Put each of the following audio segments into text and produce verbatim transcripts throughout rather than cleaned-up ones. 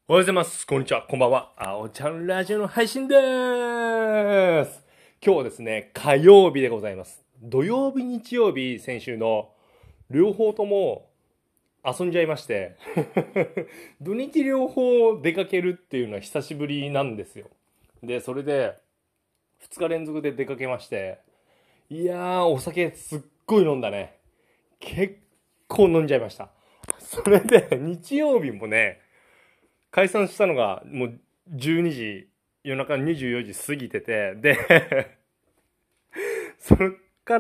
おはようございます。こんにちは。こんばんは。あおちゃんラジオの配信でーす。今日はですね、火曜日でございます。土曜日、日曜日、先週の両方とも遊んじゃいまして、土日両方出かけるっていうのは久しぶりなんですよ。で、それでふつか連続で出かけまして、いやー、お酒すっごい飲んだね。結構飲んじゃいました。それで、日曜日もね、解散したのがもうじゅうにじ、夜中にじゅうよじ過ぎてて、で、そっから、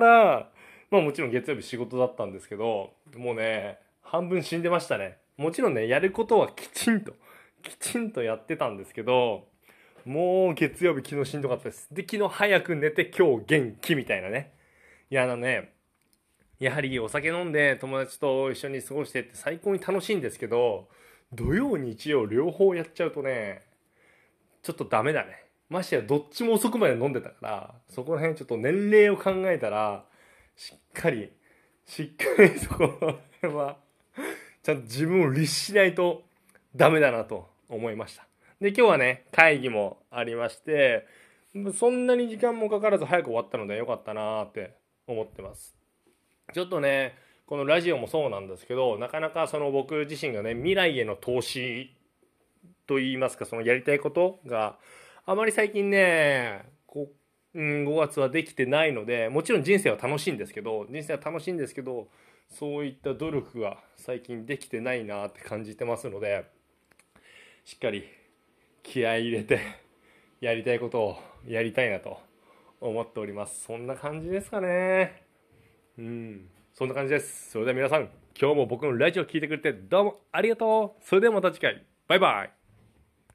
まあもちろん月曜日仕事だったんですけど、もうね、半分死んでましたね。もちろんね、やることはきちんと、きちんとやってたんですけど、もう月曜日昨日しんどかったです。で、昨日早く寝て今日元気みたいなね。いや、あのね、やはりお酒飲んで友達と一緒に過ごしてって最高に楽しいんですけど、土曜日曜両方やっちゃうとね、ちょっとダメだね。ましてやどっちも遅くまで飲んでたから、そこら辺ちょっと年齢を考えたら、しっかり、しっかりそこら辺は、ちゃんと自分を律しないとダメだなと思いました。で、今日はね、会議もありまして、そんなに時間もかからず早く終わったのでよかったなーって思ってます。ちょっとね、このラジオもそうなんですけど、なかなかその僕自身がね、未来への投資と言いますか、そのやりたいことがあまり最近ね、こう、うん、ごがつはできてないので、もちろん人生は楽しいんですけど、人生は楽しいんですけど、そういった努力が最近できてないなって感じてますので、しっかり気合い入れてやりたいことをやりたいなと思っております。そんな感じですかね。うん、そんな感じです。それでは皆さん、今日も僕のラジオを聞いてくれてどうもありがとう。それではまた次回。バイバイ。